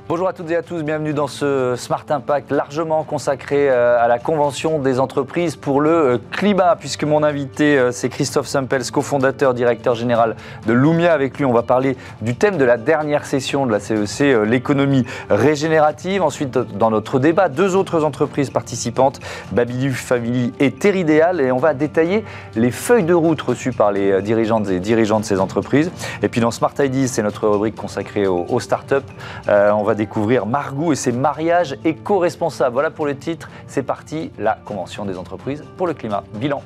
Bonjour à toutes et à tous, bienvenue dans ce Smart Impact largement consacré à la Convention des entreprises pour le climat, puisque mon invité c'est Christophe Sempels, cofondateur, directeur général de Lumia. Avec lui, on va parler du thème de la dernière session de la CEC, l'économie régénérative. Ensuite, dans notre débat, deux autres entreprises participantes, Babylus Family et Terridéal, et on va détailler les feuilles de route reçues par les dirigeantes et dirigeants de ces entreprises. Et puis dans Smart Ideas, c'est notre rubrique consacrée aux startups. On va découvrir Margou et ses mariages éco-responsables. Voilà pour le titre. C'est parti, la Convention des entreprises pour le climat. Bilan.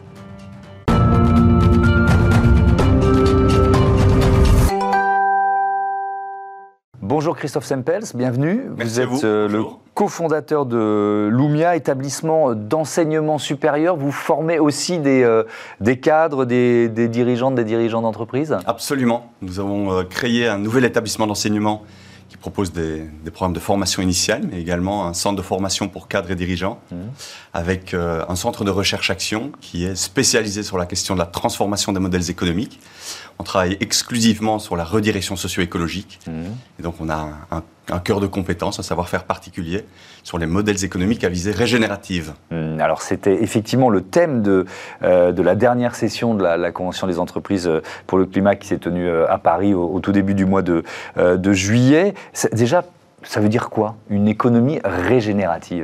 Bonjour Christophe Sempels, bienvenue. Merci vous êtes le cofondateur de Lumia, établissement d'enseignement supérieur. Vous formez aussi des cadres, des dirigeantes, des dirigeants d'entreprise ? Absolument. Nous avons créé un nouvel établissement d'enseignement qui propose des programmes de formation initiale, mais également un centre de formation pour cadres et dirigeants, avec un centre de recherche-action qui est spécialisé sur la question de la transformation des modèles économiques. On travaille exclusivement sur la redirection socio-écologique. Et donc, on a un cœur de compétences, un savoir-faire particulier sur les modèles économiques à visée régénérative. Alors, c'était effectivement le thème de la dernière session de la Convention des entreprises pour le climat qui s'est tenue à Paris au tout début du mois de juillet. Déjà, ça veut dire quoi, une économie régénérative ?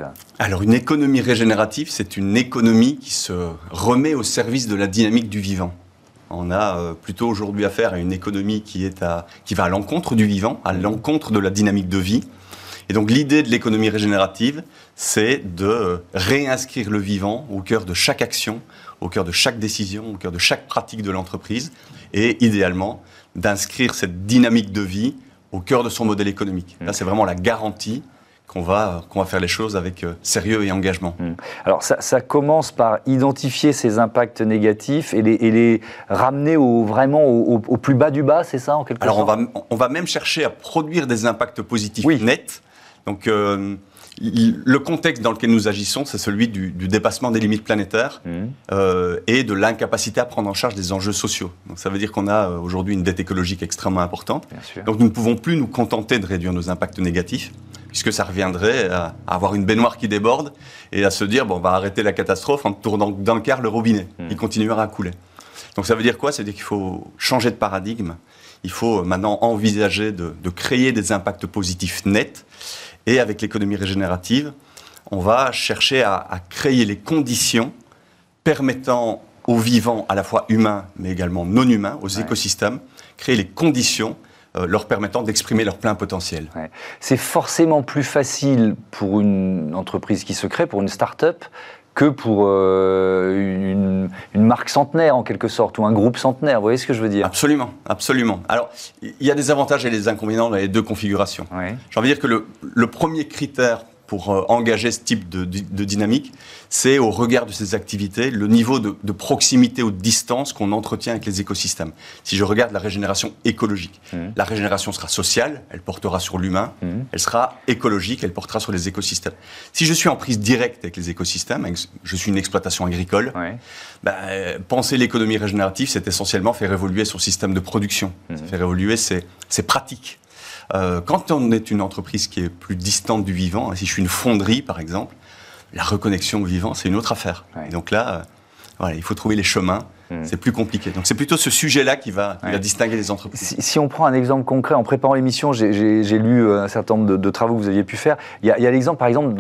Alors, une économie régénérative, c'est une économie qui se remet au service de la dynamique du vivant. On a plutôt aujourd'hui affaire à une économie qui va à l'encontre du vivant, à l'encontre de la dynamique de vie. Et donc l'idée de l'économie régénérative, c'est de réinscrire le vivant au cœur de chaque action, au cœur de chaque décision, au cœur de chaque pratique de l'entreprise, et idéalement d'inscrire cette dynamique de vie au cœur de son modèle économique. Là, c'est vraiment la garantie qu'on va faire les choses avec sérieux et engagement. Alors ça commence par identifier ces impacts négatifs et les ramener vraiment au plus bas du bas, c'est ça en quelque sorte ? Alors on va même chercher à produire des impacts positifs nets. Donc le contexte dans lequel nous agissons, c'est celui du dépassement des limites planétaires et de l'incapacité à prendre en charge des enjeux sociaux. Donc ça veut dire qu'on a aujourd'hui une dette écologique extrêmement importante. Donc nous ne pouvons plus nous contenter de réduire nos impacts négatifs, puisque ça reviendrait à avoir une baignoire qui déborde et à se dire, bon, on va arrêter la catastrophe en tournant d'un quart le robinet. Il continuera à couler. Donc ça veut dire quoi ? Ça veut dire qu'il faut changer de paradigme. Il faut maintenant envisager de créer des impacts positifs nets. Et avec l'économie régénérative, on va chercher à créer les conditions permettant aux vivants, à la fois humains, mais également non humains, aux écosystèmes, créer les conditions leur permettant d'exprimer leur plein potentiel. C'est forcément plus facile pour une entreprise qui se crée, pour une start-up, que pour une marque centenaire en quelque sorte, ou un groupe centenaire, vous voyez ce que je veux dire ? Absolument, absolument. Alors, il y a des avantages et des inconvénients dans les deux configurations. J'ai envie de dire que le premier critère pour engager ce type de dynamique, c'est au regard de ces activités, le niveau de proximité ou de distance qu'on entretient avec les écosystèmes. Si je regarde la régénération écologique, la régénération sera sociale, elle portera sur l'humain, elle sera écologique, elle portera sur les écosystèmes. Si je suis en prise directe avec les écosystèmes, je suis une exploitation agricole, penser l'économie régénérative, c'est essentiellement faire évoluer son système de production, faire évoluer ses pratiques. Quand on est une entreprise qui est plus distante du vivant, si je suis une fonderie par exemple, la reconnexion au vivant, c'est une autre affaire. Et donc là, il faut trouver les chemins. C'est plus compliqué. Donc c'est plutôt ce sujet-là qui va distinguer les entreprises. Si on prend un exemple concret, en préparant l'émission, j'ai lu un certain nombre de travaux que vous aviez pu faire. Il y a l'exemple, par exemple,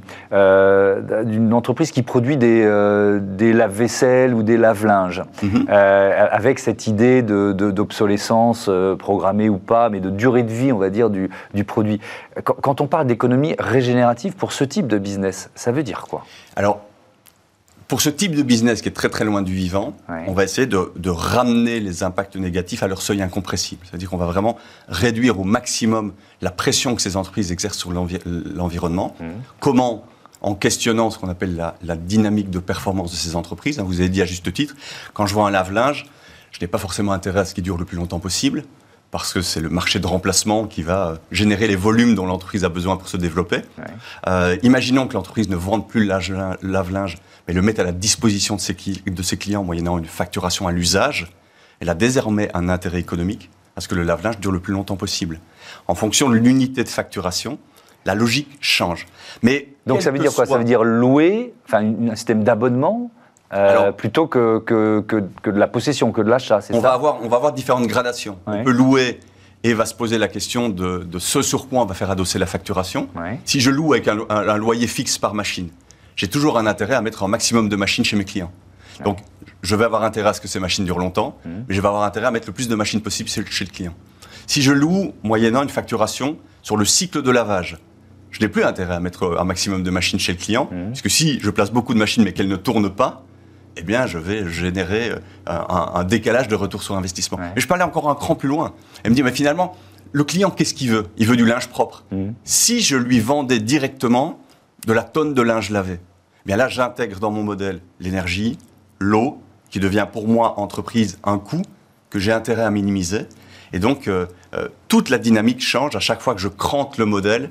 d'une entreprise qui produit des lave-vaisselle ou des lave-linges, avec cette idée d'obsolescence programmée ou pas, mais de durée de vie, on va dire, du produit. Quand on parle d'économie régénérative pour ce type de business, ça veut dire quoi ? Alors, pour ce type de business qui est très très loin du vivant, on va essayer de ramener les impacts négatifs à leur seuil incompressible. C'est-à-dire qu'on va vraiment réduire au maximum la pression que ces entreprises exercent sur l'environnement. Comment ? En questionnant ce qu'on appelle la dynamique de performance de ces entreprises. Vous avez dit à juste titre, quand je vois un lave-linge, je n'ai pas forcément intérêt à ce qu'il dure le plus longtemps possible, parce que c'est le marché de remplacement qui va générer les volumes dont l'entreprise a besoin pour se développer. Imaginons que l'entreprise ne vende plus le lave-linge, mais le mette à la disposition de ses clients moyennant une facturation à l'usage. Elle a désormais un intérêt économique à ce que le lave-linge dure le plus longtemps possible. En fonction de l'unité de facturation, la logique change. Mais donc ça veut dire quoi? Ça veut dire louer, un système d'abonnement plutôt que de la possession, que de l'achat, c'est ça? On va avoir différentes gradations. Ouais. On peut louer et va se poser la question de ce sur quoi on va faire adosser la facturation. Ouais. Si je loue avec un loyer fixe par machine, j'ai toujours un intérêt à mettre un maximum de machines chez mes clients. Ouais. Donc, je vais avoir intérêt à ce que ces machines durent longtemps, mais je vais avoir intérêt à mettre le plus de machines possible chez le client. Si je loue, moyennant une facturation sur le cycle de lavage, je n'ai plus intérêt à mettre un maximum de machines chez le client, puisque si je place beaucoup de machines mais qu'elles ne tournent pas, eh bien, je vais générer un décalage de retour sur investissement. Ouais. Et je peux aller encore un cran plus loin. Elle me dit, mais finalement, le client, qu'est-ce qu'il veut? Il veut du linge propre. Si je lui vendais directement de la tonne de linge lavé, eh bien là, j'intègre dans mon modèle l'énergie, l'eau, qui devient pour moi, entreprise, un coût que j'ai intérêt à minimiser. Et donc, toute la dynamique change à chaque fois que je crante le modèle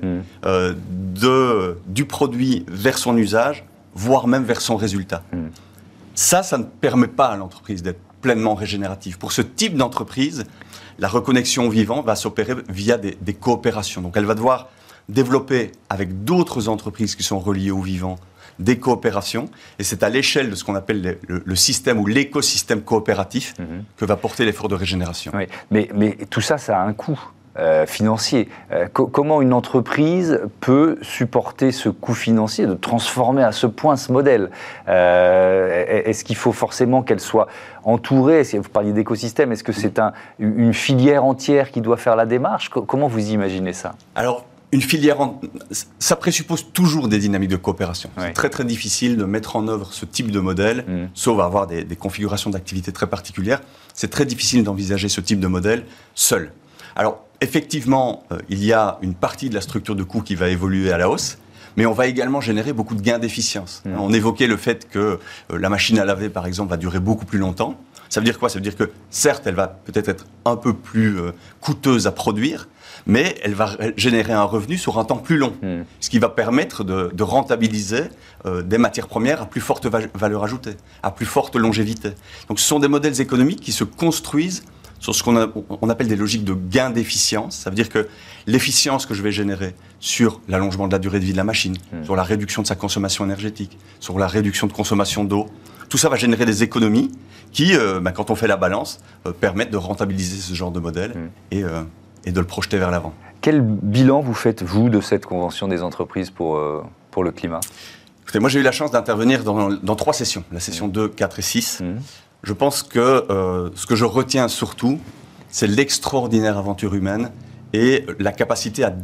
du produit vers son usage, voire même vers son résultat. Ça ne permet pas à l'entreprise d'être pleinement régénérative. Pour ce type d'entreprise, la reconnexion au vivant va s'opérer via des coopérations. Donc, elle va devoir développer avec d'autres entreprises qui sont reliées au vivant des coopérations. Et c'est à l'échelle de ce qu'on appelle le système ou l'écosystème coopératif que va porter l'effort de régénération. Oui, mais tout ça, ça a un coût. Financier. Comment une entreprise peut supporter ce coût financier, de transformer à ce point ce modèle? Est-ce qu'il faut forcément qu'elle soit entourée? Vous parliez d'écosystème, est-ce que c'est une filière entière qui doit faire la démarche? Comment vous imaginez ça? Alors, une filière, ça présuppose toujours des dynamiques de coopération. Oui. C'est très très difficile de mettre en œuvre ce type de modèle, sauf à avoir des configurations d'activités très particulières. C'est très difficile d'envisager ce type de modèle seul. Alors, effectivement, il y a une partie de la structure de coûts qui va évoluer à la hausse, mais on va également générer beaucoup de gains d'efficience. On évoquait le fait que la machine à laver, par exemple, va durer beaucoup plus longtemps. Ça veut dire quoi? Ça veut dire que, certes, elle va peut-être être un peu plus coûteuse à produire, mais elle va générer un revenu sur un temps plus long, ce qui va permettre de rentabiliser des matières premières à plus forte valeur ajoutée, à plus forte longévité. Donc, ce sont des modèles économiques qui se construisent sur ce qu'on appelle des logiques de gain d'efficience. Ça veut dire que l'efficience que je vais générer sur l'allongement de la durée de vie de la machine, sur la réduction de sa consommation énergétique, sur la réduction de consommation d'eau, tout ça va générer des économies qui, quand on fait la balance, permettent de rentabiliser ce genre de modèle et de le projeter vers l'avant. Quel bilan vous faites, vous, de cette convention des entreprises pour le climat? Écoutez, moi j'ai eu la chance d'intervenir dans 3 sessions, la session 2, 4 et 6. Je pense que ce que je retiens surtout, c'est l'extraordinaire aventure humaine et la capacité à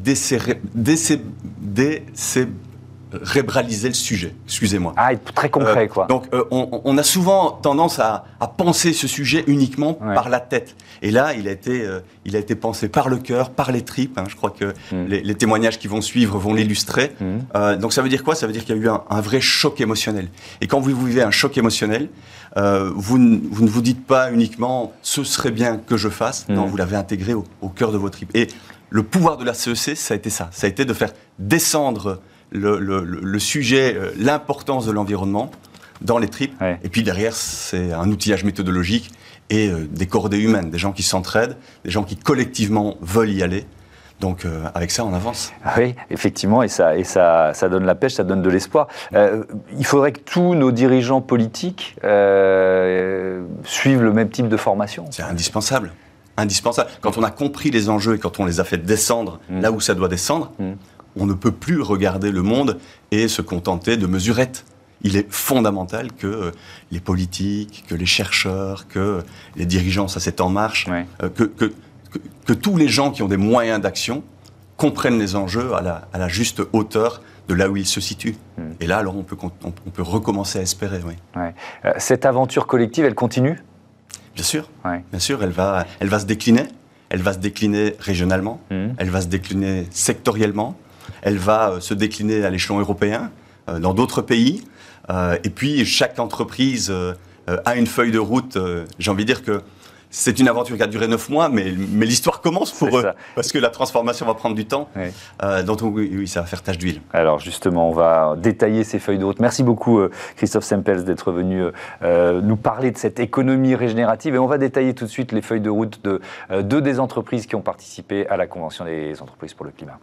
décérébraliser le sujet. Excusez-moi. Ah, être très concret, quoi. Donc, on a souvent tendance à penser ce sujet uniquement par la tête. Et là, il a été pensé par le cœur, par les tripes. Je crois que les témoignages qui vont suivre vont l'illustrer. Donc, ça veut dire quoi? Ça veut dire qu'il y a eu un vrai choc émotionnel. Et quand vous vivez un choc émotionnel, vous ne vous dites pas uniquement « ce serait bien que je fasse ». Non, vous l'avez intégré au cœur de vos tripes. Et le pouvoir de la CEC, ça a été ça. Ça a été de faire descendre le sujet, l'importance de l'environnement dans les tripes. Ouais. Et puis derrière, c'est un outillage méthodologique et des cordées humaines, des gens qui s'entraident, des gens qui collectivement veulent y aller. Donc avec ça, on avance. Oui, effectivement, et ça donne la pêche, ça donne de l'espoir. Il faudrait que tous nos dirigeants politiques suivent le même type de formation. C'est indispensable. Indispensable. Quand on a compris les enjeux et quand on les a fait descendre là où ça doit descendre, on ne peut plus regarder le monde et se contenter de mesurettes. Il est fondamental que les politiques, que les chercheurs, que les dirigeants, ça c'est en marche, que tous les gens qui ont des moyens d'action comprennent les enjeux à la juste hauteur de là où ils se situent. Et là, alors, on peut recommencer à espérer. Oui. Ouais. Cette aventure collective, elle continue ? Bien sûr. Bien sûr, elle va se décliner. Elle va se décliner régionalement. Elle va se décliner sectoriellement. Elle va se décliner à l'échelon européen, dans d'autres pays. Et puis, chaque entreprise a une feuille de route. J'ai envie de dire que c'est une aventure qui a duré 9 mois, mais l'histoire commence pour eux, parce que la transformation va prendre du temps. Oui. Donc oui, ça va faire tache d'huile. Alors justement, on va détailler ces feuilles de route. Merci beaucoup Christophe Sempels d'être venu nous parler de cette économie régénérative. Et on va détailler tout de suite les feuilles de route de deux des entreprises qui ont participé à la Convention des entreprises pour le climat.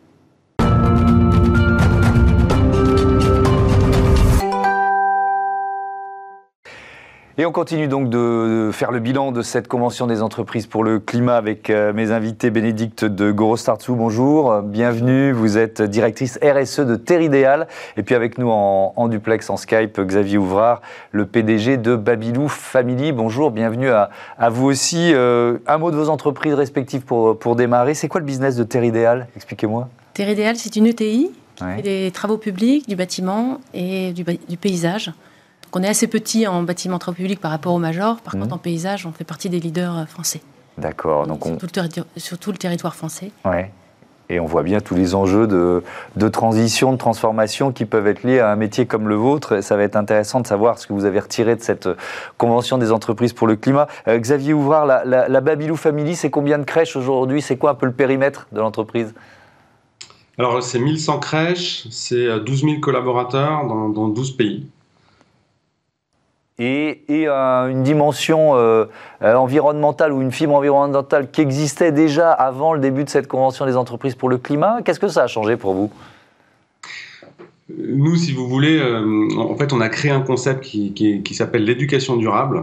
Et on continue donc de faire le bilan de cette Convention des entreprises pour le climat avec mes invités. Bénédicte de Gorostarzou, bonjour, bienvenue. Vous êtes directrice RSE de Terridéal. Et puis avec nous en duplex, en Skype, Xavier Ouvrard, le PDG de Babylou Family. Bonjour, bienvenue à vous aussi. Un mot de vos entreprises respectives pour démarrer. C'est quoi le business de Terridéal? Expliquez-moi. Terridéal, c'est une ETI, qui fait des travaux publics, du bâtiment et du paysage. Donc on est assez petit en bâtiment travaux publics par rapport au major. Par contre, en paysage, on fait partie des leaders français. D'accord. Donc sur tout le territoire français. Ouais. Et on voit bien tous les enjeux de transition, de transformation qui peuvent être liés à un métier comme le vôtre. Ça va être intéressant de savoir ce que vous avez retiré de cette Convention des entreprises pour le climat. Xavier Ouvrard, la Babylou Family, c'est combien de crèches aujourd'hui? C'est quoi un peu le périmètre de l'entreprise? Alors, c'est 1100 crèches, c'est 12 000 collaborateurs dans 12 pays. Et une dimension environnementale ou une fibre environnementale qui existait déjà avant le début de cette Convention des entreprises pour le climat. Qu'est-ce que ça a changé pour vous? Nous, si vous voulez, en fait, on a créé un concept qui s'appelle l'éducation durable,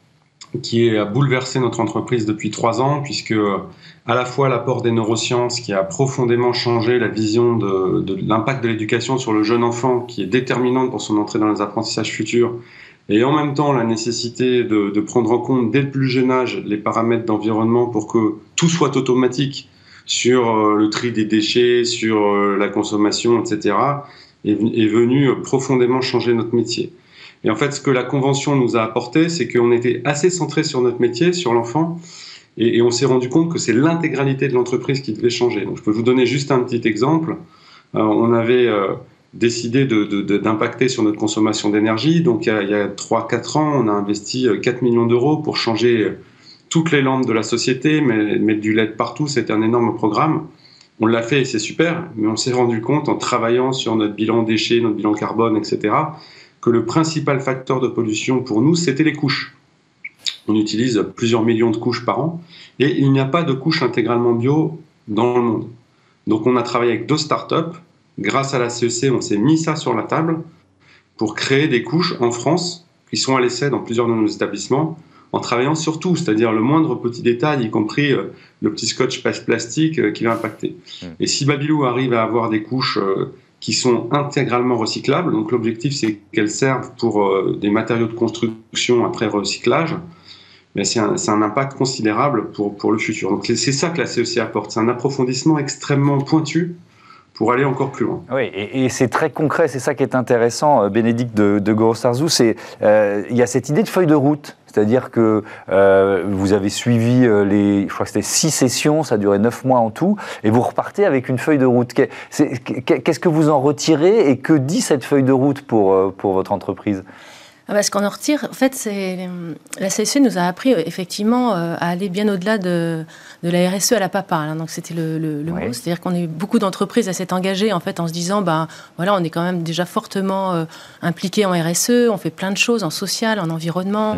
qui a bouleversé notre entreprise depuis 3 ans, puisque à la fois l'apport des neurosciences qui a profondément changé la vision de l'impact de l'éducation sur le jeune enfant, qui est déterminante pour son entrée dans les apprentissages futurs, et en même temps la nécessité de prendre en compte dès le plus jeune âge les paramètres d'environnement pour que tout soit automatique sur le tri des déchets, sur la consommation, etc., est venu profondément changer notre métier. Et en fait, ce que la Convention nous a apporté, c'est qu'on était assez centré sur notre métier, sur l'enfant, et on s'est rendu compte que c'est l'intégralité de l'entreprise qui devait changer. Donc je peux vous donner juste un petit exemple. On avait décidé d'impacter sur notre consommation d'énergie. Donc il y a 3-4 ans, on a investi 4 millions d'euros pour changer toutes les lampes de la société, mettre du LED partout. C'était un énorme programme. On l'a fait et c'est super, mais on s'est rendu compte en travaillant sur notre bilan déchets, notre bilan carbone, etc., que le principal facteur de pollution pour nous, c'était les couches. On utilise plusieurs millions de couches par an et il n'y a pas de couches intégralement bio dans le monde. Donc on a travaillé avec 2 startups. Grâce à la CEC, on s'est mis ça sur la table pour créer des couches en France qui sont à l'essai dans plusieurs de nos établissements en travaillant sur tout, c'est-à-dire le moindre petit détail, y compris le petit scotch plastique qui va impacter. Et si Babylou arrive à avoir des couches qui sont intégralement recyclables, donc l'objectif c'est qu'elles servent pour des matériaux de construction après recyclage, mais c'est un impact considérable pour le futur. Donc c'est ça que la CEC apporte, c'est un approfondissement extrêmement pointu pour aller encore plus loin. Oui, et c'est très concret, c'est ça qui est intéressant, Bénédicte de Gorostarzou, il y a cette idée de feuille de route, c'est-à-dire que vous avez suivi je crois que c'était 6 sessions, ça a duré 9 mois en tout, et vous repartez avec une feuille de route. Qu'est-ce que vous en retirez et que dit cette feuille de route pour votre entreprise? Ce qu'on en retire, en fait, la CEC nous a appris effectivement à aller bien au-delà de la RSE à la papa. Donc c'était le mot, c'est-à-dire qu'on a eu beaucoup d'entreprises à s'être engagées en fait en se disant, voilà, on est quand même déjà fortement impliqués en RSE, on fait plein de choses en social, en environnement.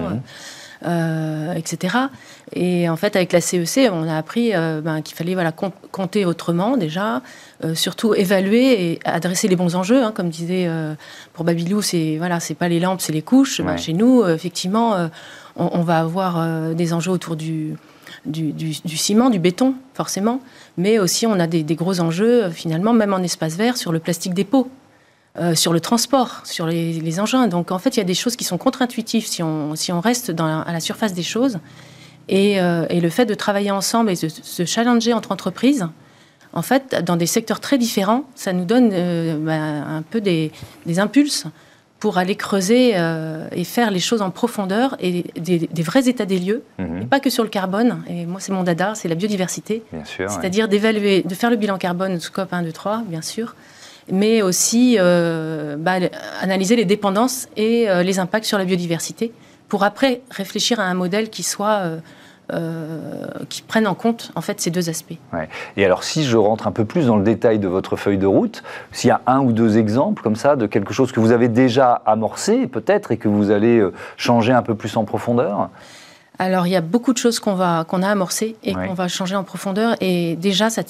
Etc. Et en fait, avec la CEC, on a appris qu'il fallait compter autrement déjà, surtout évaluer et adresser les bons enjeux. Comme disait pour Babylou, c'est pas les lampes, c'est les couches. Chez nous, effectivement, on va avoir des enjeux autour du ciment, du béton, forcément, mais aussi on a des gros enjeux, finalement, même en espace vert, sur le plastique des pots. Sur le transport, sur les engins. Donc en fait, il y a des choses qui sont contre-intuitives si on reste à la surface des choses. Et le fait de travailler ensemble et de se challenger entre entreprises, en fait, dans des secteurs très différents, ça nous donne un peu des impulses pour aller creuser et faire les choses en profondeur et des vrais états des lieux, et pas que sur le carbone. Et moi, c'est mon dada, c'est la biodiversité. Bien sûr, c'est-à-dire d'évaluer, de faire le bilan carbone, scope 1, 2, 3, bien sûr, mais aussi analyser les dépendances et les impacts sur la biodiversité pour après réfléchir à un modèle qui soit qui prennent en compte en fait ces deux aspects. Ouais. Et alors si je rentre un peu plus dans le détail de votre feuille de route, s'il y a un ou deux exemples comme ça de quelque chose que vous avez déjà amorcé peut-être et que vous allez changer un peu plus en profondeur. Alors, il y a beaucoup de choses qu'on a amorcées et qu'on va changer en profondeur. Et déjà, ça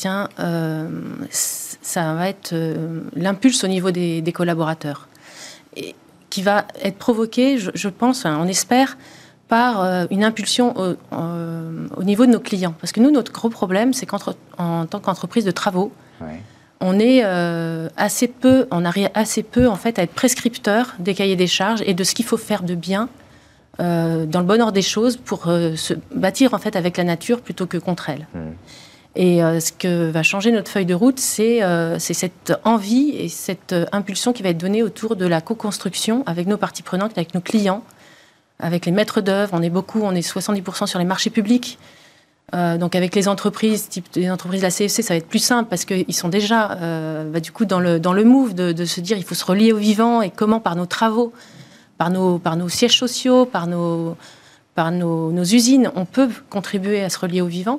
va être l'impulse au niveau des collaborateurs. Et qui va être provoqué, je pense, on espère, par une impulsion au niveau de nos clients. Parce que nous, notre gros problème, c'est qu'en tant qu'entreprise de travaux, on est assez peu en fait à être prescripteur des cahiers des charges et de ce qu'il faut faire de bien dans le bon ordre des choses pour se bâtir en fait avec la nature plutôt que contre elle. Et ce que va changer notre feuille de route, c'est cette envie et cette impulsion qui va être donnée autour de la co-construction avec nos parties prenantes, avec nos clients, avec les maîtres d'œuvre. On est 70% sur les marchés publics. Donc avec les entreprises, type les entreprises de la CFC, ça va être plus simple parce qu'ils sont déjà du coup dans le move de se dire il faut se relier au vivant et comment par nos travaux, par nos sièges sociaux, par nos usines, on peut contribuer à se relier au vivant.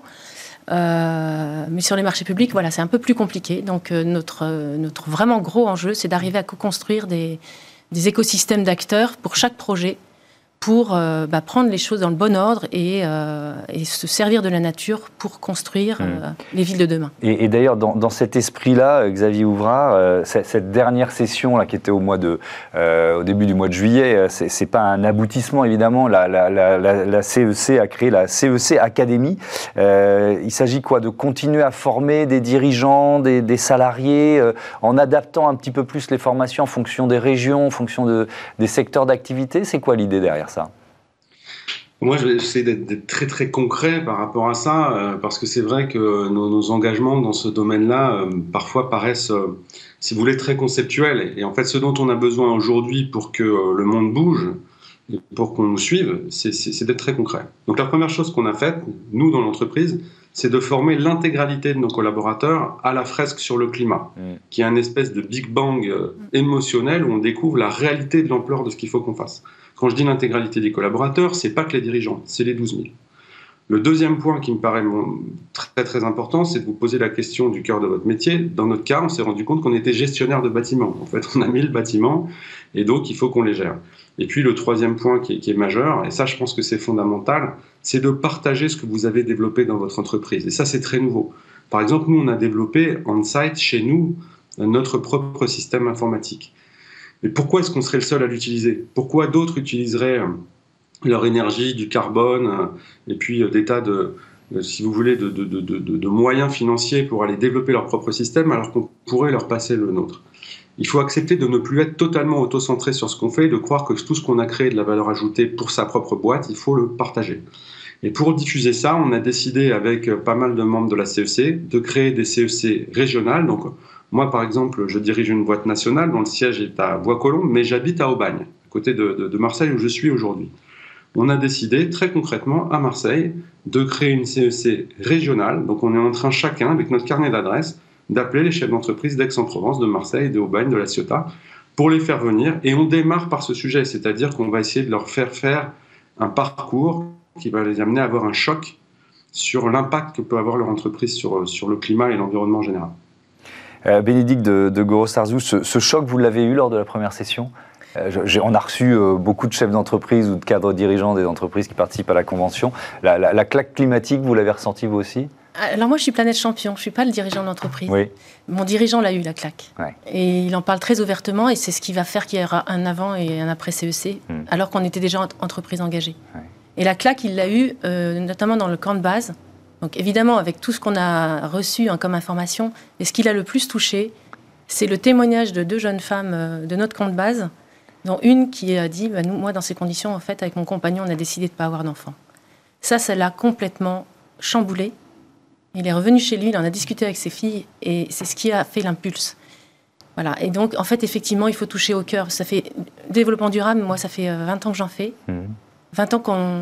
Mais sur les marchés publics, voilà, c'est un peu plus compliqué. Donc notre vraiment gros enjeu, c'est d'arriver à co-construire des écosystèmes d'acteurs pour chaque projet, pour prendre les choses dans le bon ordre et se servir de la nature pour construire les villes de demain. Et d'ailleurs, dans cet esprit-là, Xavier Ouvrard, cette dernière session là, qui était au début du mois de juillet, c'est pas un aboutissement évidemment. La CEC a créé la CEC Academy. Il s'agit quoi? De continuer à former des dirigeants, des salariés, en adaptant un petit peu plus les formations en fonction des régions, en fonction des secteurs d'activité. C'est quoi l'idée derrière ça? Moi, je vais essayer d'être très très concret par rapport à ça, parce que c'est vrai que nos engagements dans ce domaine-là parfois paraissent, si vous voulez, très conceptuels. Et en fait, ce dont on a besoin aujourd'hui pour que le monde bouge, et pour qu'on nous suive, c'est d'être très concret. Donc la première chose qu'on a faite, nous dans l'entreprise, c'est de former l'intégralité de nos collaborateurs à la fresque sur le climat, qui est un espèce de Big Bang émotionnel où on découvre la réalité de l'ampleur de ce qu'il faut qu'on fasse. Quand je dis l'intégralité des collaborateurs, c'est pas que les dirigeants, c'est les 12 000. Le deuxième point qui me paraît très très important, c'est de vous poser la question du cœur de votre métier. Dans notre cas, on s'est rendu compte qu'on était gestionnaire de bâtiments. En fait, on a 1000 bâtiments et donc il faut qu'on les gère. Et puis le troisième point qui est majeur, et ça je pense que c'est fondamental, c'est de partager ce que vous avez développé dans votre entreprise. Et ça c'est très nouveau. Par exemple, nous on a développé on-site chez nous notre propre système informatique. Mais pourquoi est-ce qu'on serait le seul à l'utiliser? Pourquoi d'autres utiliseraient leur énergie, du carbone, et puis des tas si vous voulez, de moyens financiers pour aller développer leur propre système, alors qu'on pourrait leur passer le nôtre? Il faut accepter de ne plus être totalement auto-centré sur ce qu'on fait, de croire que tout ce qu'on a créé de la valeur ajoutée pour sa propre boîte, il faut le partager. Et pour diffuser ça, on a décidé avec pas mal de membres de la CEC de créer des CEC régionales. Donc moi, par exemple, je dirige une boîte nationale dont le siège est à Bois-Colombes, mais j'habite à Aubagne, à côté de Marseille où je suis aujourd'hui. On a décidé très concrètement à Marseille de créer une CEC régionale. Donc on est en train chacun, avec notre carnet d'adresses, d'appeler les chefs d'entreprise d'Aix-en-Provence, de Marseille, de Aubagne, de La Ciotat, pour les faire venir. Et on démarre par ce sujet, c'est-à-dire qu'on va essayer de leur faire un parcours qui va les amener à avoir un choc sur l'impact que peut avoir leur entreprise sur le climat et l'environnement en général. Bénédicte de Gorostarzou, ce choc, vous l'avez eu lors de la première session? On a reçu beaucoup de chefs d'entreprise ou de cadres dirigeants des entreprises qui participent à la convention. La claque climatique, vous l'avez ressentie vous aussi? Alors moi, je suis Planète Champion, je ne suis pas le dirigeant de l'entreprise. Oui. Mon dirigeant l'a eu, la claque. Ouais. Et il en parle très ouvertement et c'est ce qui va faire qu'il y aura un avant et un après CEC, alors qu'on était déjà entreprise engagée. Ouais. Et la claque, il l'a eu notamment dans le camp de base. Donc évidemment, avec tout ce qu'on a reçu comme information, et ce qui l'a le plus touché, c'est le témoignage de 2 jeunes femmes de notre camp de base, dont une qui a dit moi, dans ces conditions, en fait, avec mon compagnon, on a décidé de ne pas avoir d'enfant. Ça l'a complètement chamboulé. Il est revenu chez lui, il en a discuté avec ses filles, et c'est ce qui a fait l'impulse. Voilà. Et donc, en fait, effectivement, il faut toucher au cœur. Ça fait développement durable, moi, ça fait 20 ans que j'en fais. 20 ans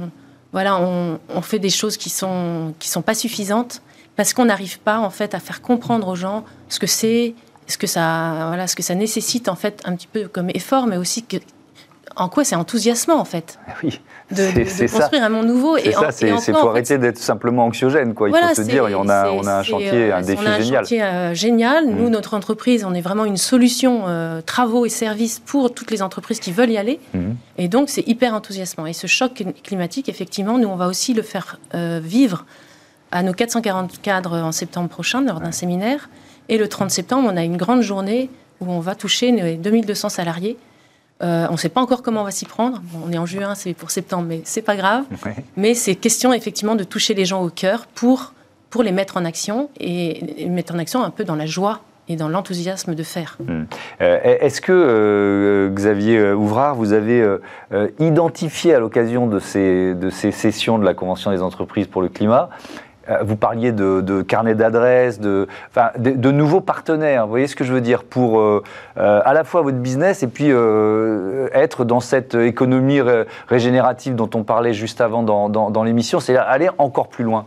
qu'on fait des choses qui sont pas suffisantes, parce qu'on n'arrive pas, en fait, à faire comprendre aux gens ce que c'est, ce que ça nécessite, en fait, un petit peu comme effort, mais aussi en quoi c'est enthousiasmant, en fait. Oui, de construire un monde nouveau. Il faut arrêter d'être simplement anxiogène, quoi. Il faut se dire, on a un chantier, un défi génial. On a un chantier génial. Nous, notre entreprise, on est vraiment une solution travaux et services pour toutes les entreprises qui veulent y aller. Et donc, c'est hyper enthousiasmant. Et ce choc climatique, effectivement, nous, on va aussi le faire vivre à nos 440 cadres en septembre prochain, lors d'un séminaire. Et le 30 septembre, on a une grande journée où on va toucher nos 2200 salariés. On ne sait pas encore comment on va s'y prendre. Bon, on est en juin, c'est pour septembre, mais c'est pas grave. Ouais. Mais c'est question effectivement de toucher les gens au cœur pour les mettre en action et mettre en action un peu dans la joie et dans l'enthousiasme de faire. Est-ce que, Xavier Ouvrard, vous avez identifié à l'occasion de ces sessions de la Convention des entreprises pour le climat, vous parliez de carnet d'adresses, de nouveaux partenaires, vous voyez ce que je veux dire, pour à la fois votre business et puis être dans cette économie régénérative dont on parlait juste avant dans l'émission, c'est-à-dire aller encore plus loin.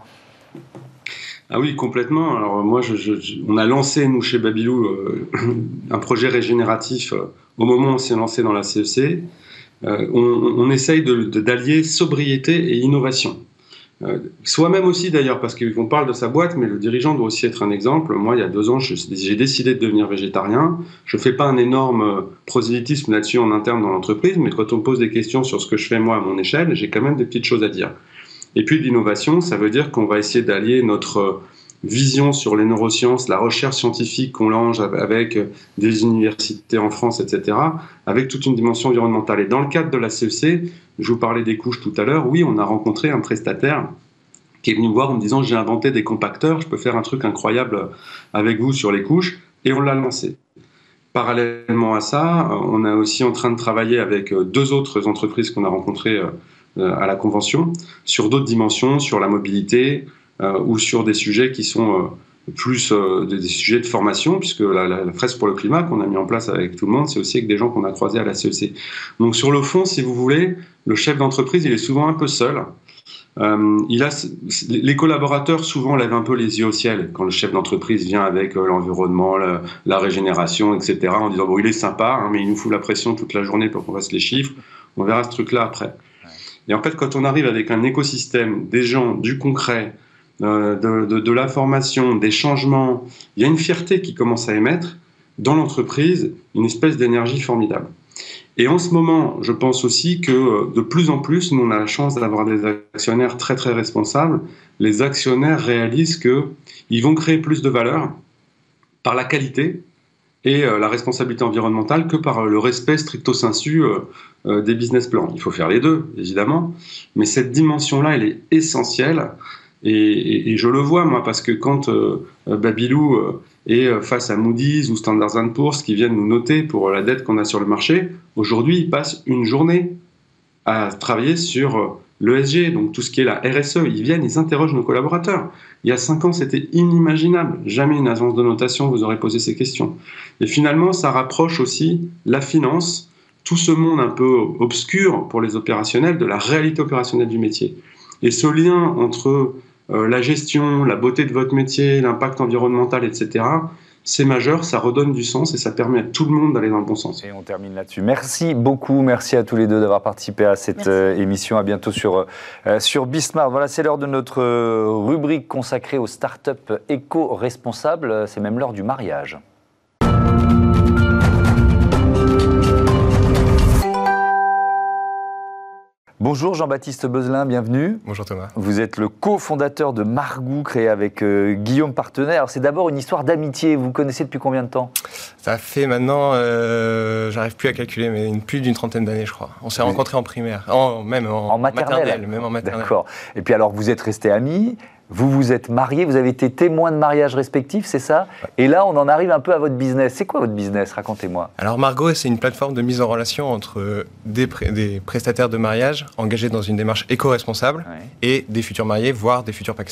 Ah oui, complètement. Alors moi, on a lancé, nous, chez Babylou, un projet régénératif au moment où on s'est lancé dans la CEC. On essaye d'allier sobriété et innovation. Soi-même aussi d'ailleurs, parce qu'on parle de sa boîte, mais le dirigeant doit aussi être un exemple. Moi, il y a 2 ans, j'ai décidé de devenir végétarien. Je ne fais pas un énorme prosélytisme là-dessus en interne dans l'entreprise, mais quand on me pose des questions sur ce que je fais moi à mon échelle, j'ai quand même des petites choses à dire. Et puis l'innovation, ça veut dire qu'on va essayer d'allier notre vision sur les neurosciences, la recherche scientifique qu'on lance avec des universités en France, etc., avec toute une dimension environnementale. Et dans le cadre de la CEC, je vous parlais des couches tout à l'heure, oui, on a rencontré un prestataire qui est venu me voir en me disant « j'ai inventé des compacteurs, je peux faire un truc incroyable avec vous sur les couches », et on l'a lancé. Parallèlement à ça, on est aussi en train de travailler avec 2 autres entreprises qu'on a rencontrées à la convention, sur d'autres dimensions, sur la mobilité, ou sur des sujets qui sont plus des sujets de formation, puisque la fresque pour le climat qu'on a mis en place avec tout le monde, c'est aussi avec des gens qu'on a croisés à la CEC. Donc sur le fond, si vous voulez, le chef d'entreprise, il est souvent un peu seul. Les collaborateurs souvent lèvent un peu les yeux au ciel quand le chef d'entreprise vient avec l'environnement, la régénération, etc., en disant bon, il est sympa, hein, mais il nous fout la pression toute la journée pour qu'on fasse les chiffres, on verra ce truc-là après. Et en fait, quand on arrive avec un écosystème, des gens, du concret, de la formation, des changements, il y a une fierté qui commence à émettre dans l'entreprise, une espèce d'énergie formidable. Et en ce moment, je pense aussi que de plus en plus, nous on a la chance d'avoir des actionnaires très très responsables. Les actionnaires réalisent qu'ils vont créer plus de valeur par la qualité et la responsabilité environnementale que par le respect stricto sensu des business plans. Il faut faire les deux, évidemment, mais cette dimension-là, elle est essentielle. Et je le vois, moi, parce que quand Babylou est face à Moody's ou Standard & Poor's qui viennent nous noter pour la dette qu'on a sur le marché, aujourd'hui, ils passent une journée à travailler sur l'ESG, donc tout ce qui est la RSE. Ils viennent, ils interrogent nos collaborateurs. Il y a 5 ans, c'était inimaginable. Jamais une agence de notation vous aurait posé ces questions. Et finalement, ça rapproche aussi la finance, tout ce monde un peu obscur pour les opérationnels, de la réalité opérationnelle du métier. Et ce lien entre la gestion, la beauté de votre métier, l'impact environnemental, etc., c'est majeur, ça redonne du sens et ça permet à tout le monde d'aller dans le bon sens. Et on termine là-dessus. Merci beaucoup, merci à tous les deux d'avoir participé à cette émission. À bientôt sur Bismart. Voilà, c'est l'heure de notre rubrique consacrée aux startups éco-responsables. C'est même l'heure du mariage. Bonjour Jean-Baptiste Beuzelin, bienvenue. Bonjour Thomas. Vous êtes le cofondateur de Margou, créé avec Guillaume Partenaire. Alors, c'est d'abord une histoire d'amitié. Vous vous connaissez depuis combien de temps ? Ça fait maintenant, j'arrive plus à calculer, mais plus d'une 30aine d'années, je crois. On s'est rencontrés en primaire, même en maternelle. Même en maternelle. D'accord. Et puis alors, vous êtes restés amis. Vous vous êtes mariés, vous avez été témoins de mariage respectifs, c'est ça ? Et là, on en arrive un peu à votre business. C'est quoi votre business ? Racontez-moi. Alors Margou, c'est une plateforme de mise en relation entre des prestataires de mariage engagés dans une démarche éco-responsable et des futurs mariés, voire des futurs pacsés.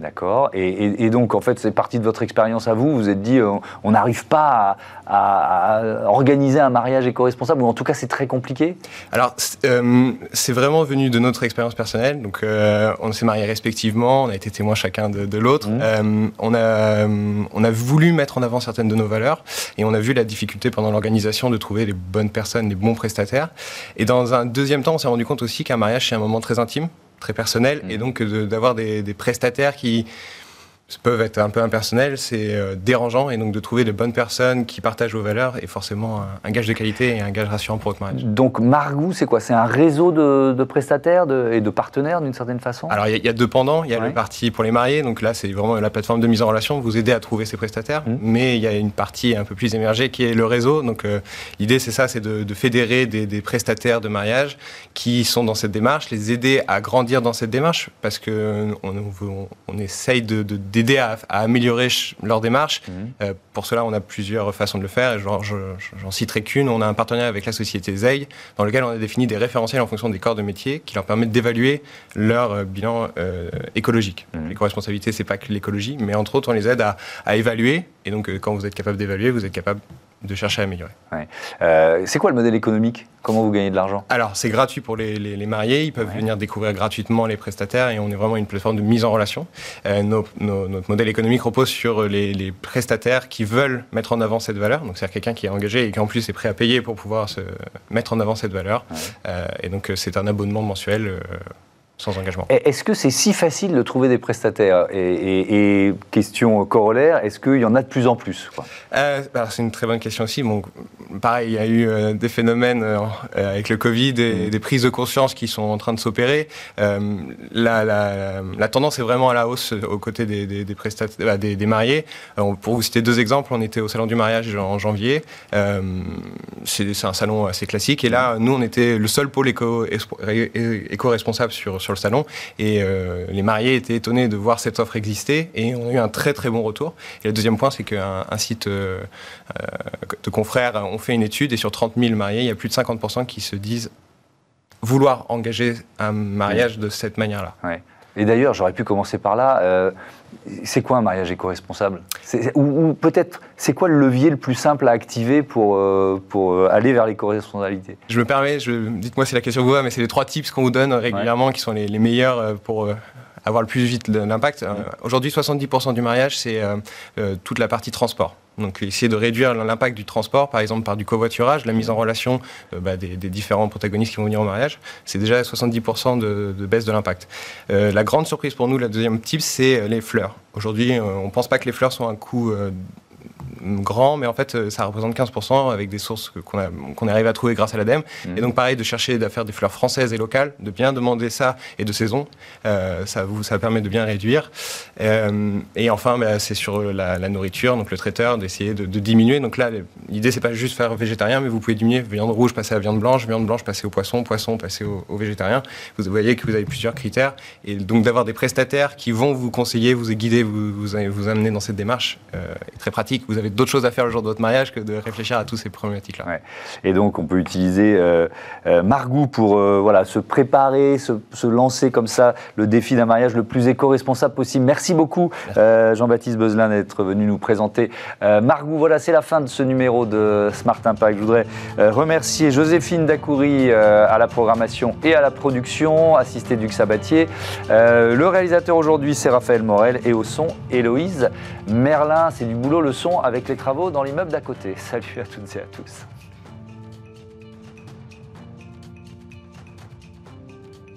D'accord. Et donc, en fait, c'est partie de votre expérience à vous. Vous vous êtes dit, on n'arrive pas à organiser un mariage éco-responsable, ou en tout cas, c'est très compliqué? Alors, c'est vraiment venu de notre expérience personnelle. Donc, on s'est mariés respectivement, on a été témoins chacun de l'autre. On a voulu mettre en avant certaines de nos valeurs, et on a vu la difficulté pendant l'organisation de trouver les bonnes personnes, les bons prestataires. Et dans un deuxième temps, on s'est rendu compte aussi qu'un mariage, c'est un moment très intime, très personnel, et donc d'avoir des prestataires qui peuvent être un peu impersonnels, c'est dérangeant, et donc de trouver les bonnes personnes qui partagent vos valeurs est forcément un gage de qualité et un gage rassurant pour votre mariage. Donc Margou, c'est quoi? C'est un réseau de prestataires et de partenaires d'une certaine façon? Alors il y a deux pendants, il y a le parti pour les mariés, donc là c'est vraiment la plateforme de mise en relation, vous aider à trouver ces prestataires, mais il y a une partie un peu plus émergée qui est le réseau, donc l'idée c'est ça, c'est de fédérer des prestataires de mariage qui sont dans cette démarche, les aider à grandir dans cette démarche, parce qu'on essaye d'aider à améliorer leur démarche. Pour cela, on a plusieurs façons de le faire. J'en citerai qu'une. On a un partenariat avec la société Zeil, dans lequel on a défini des référentiels en fonction des corps de métier qui leur permettent d'évaluer leur bilan écologique. L'éco-responsabilité, c'est pas que l'écologie, mais entre autres, on les aide à évaluer. Et donc, quand vous êtes capable d'évaluer, vous êtes capable de chercher à améliorer. C'est quoi le modèle économique? Comment vous gagnez de l'argent? Alors, c'est gratuit pour les mariés. Ils peuvent venir découvrir gratuitement les prestataires, et on est vraiment une plateforme de mise en relation. Notre modèle économique repose sur les prestataires qui veulent mettre en avant cette valeur. Donc, c'est quelqu'un qui est engagé et qui, en plus, est prêt à payer pour pouvoir se mettre en avant cette valeur. Et donc, c'est un abonnement mensuel sans engagement. Est-ce que c'est si facile de trouver des prestataires? Et question corollaire, est-ce qu'il y en a de plus en plus, quoi? C'est une très bonne question aussi. Bon, pareil, il y a eu des phénomènes avec le Covid et des prises de conscience qui sont en train de s'opérer. La tendance est vraiment à la hausse aux côtés des prestataires, des mariés. Pour vous citer deux exemples, on était au Salon du mariage en janvier. C'est un salon assez classique. Et là, nous, on était le seul pôle éco-responsable sur le salon, et les mariés étaient étonnés de voir cette offre exister, et on a eu un très très bon retour. Et le deuxième point, c'est qu'un site de confrères ont fait une étude, et sur 30 000 mariés, il y a plus de 50% qui se disent vouloir engager un mariage de cette manière-là. Et d'ailleurs, j'aurais pu commencer par là. C'est quoi un mariage éco-responsable? Ou peut-être, c'est quoi le levier le plus simple à activer pour aller vers l'éco-responsabilité? Je me permets, dites-moi si la question vous va, mais c'est les 3 tips qu'on vous donne régulièrement qui sont les meilleurs pour avoir le plus vite l'impact. Aujourd'hui, 70% du mariage, c'est toute la partie transport. Donc, essayer de réduire l'impact du transport, par exemple par du covoiturage, la mise en relation des différents protagonistes qui vont venir au mariage, c'est déjà 70% de baisse de l'impact. La grande surprise pour nous, la deuxième tip, c'est les fleurs. Aujourd'hui, on ne pense pas que les fleurs sont un coût grand, mais en fait, ça représente 15% avec des sources qu'on arrive à trouver grâce à l'ADEME. Et donc, pareil, de chercher à faire des fleurs françaises et locales, de bien demander ça, et de saison, ça permet de bien réduire. Et enfin, c'est sur la nourriture, donc le traiteur, d'essayer de diminuer. Donc là, l'idée, c'est pas juste faire végétarien, mais vous pouvez diminuer viande rouge, passer à viande blanche passer au poisson, passer au végétarien. Vous voyez que vous avez plusieurs critères, et donc d'avoir des prestataires qui vont vous conseiller, vous guider, vous amener dans cette démarche est très pratique. Vous avez d'autres choses à faire le jour de votre mariage que de réfléchir à toutes ces problématiques-là. Et donc, on peut utiliser Margou pour se préparer, se lancer comme ça, le défi d'un mariage le plus éco-responsable possible. Merci beaucoup, Jean-Baptiste Beuzelin, d'être venu nous présenter Margou. Voilà, c'est la fin de ce numéro de Smart Impact. Je voudrais remercier Joséphine Dacoury à la programmation et à la production, assistée d'Hugues Sabatier. Le réalisateur aujourd'hui, c'est Raphaël Morel, et au son, Héloïse Merlin. C'est du boulot, le son, avec les travaux dans l'immeuble d'à côté. Salut à toutes et à tous.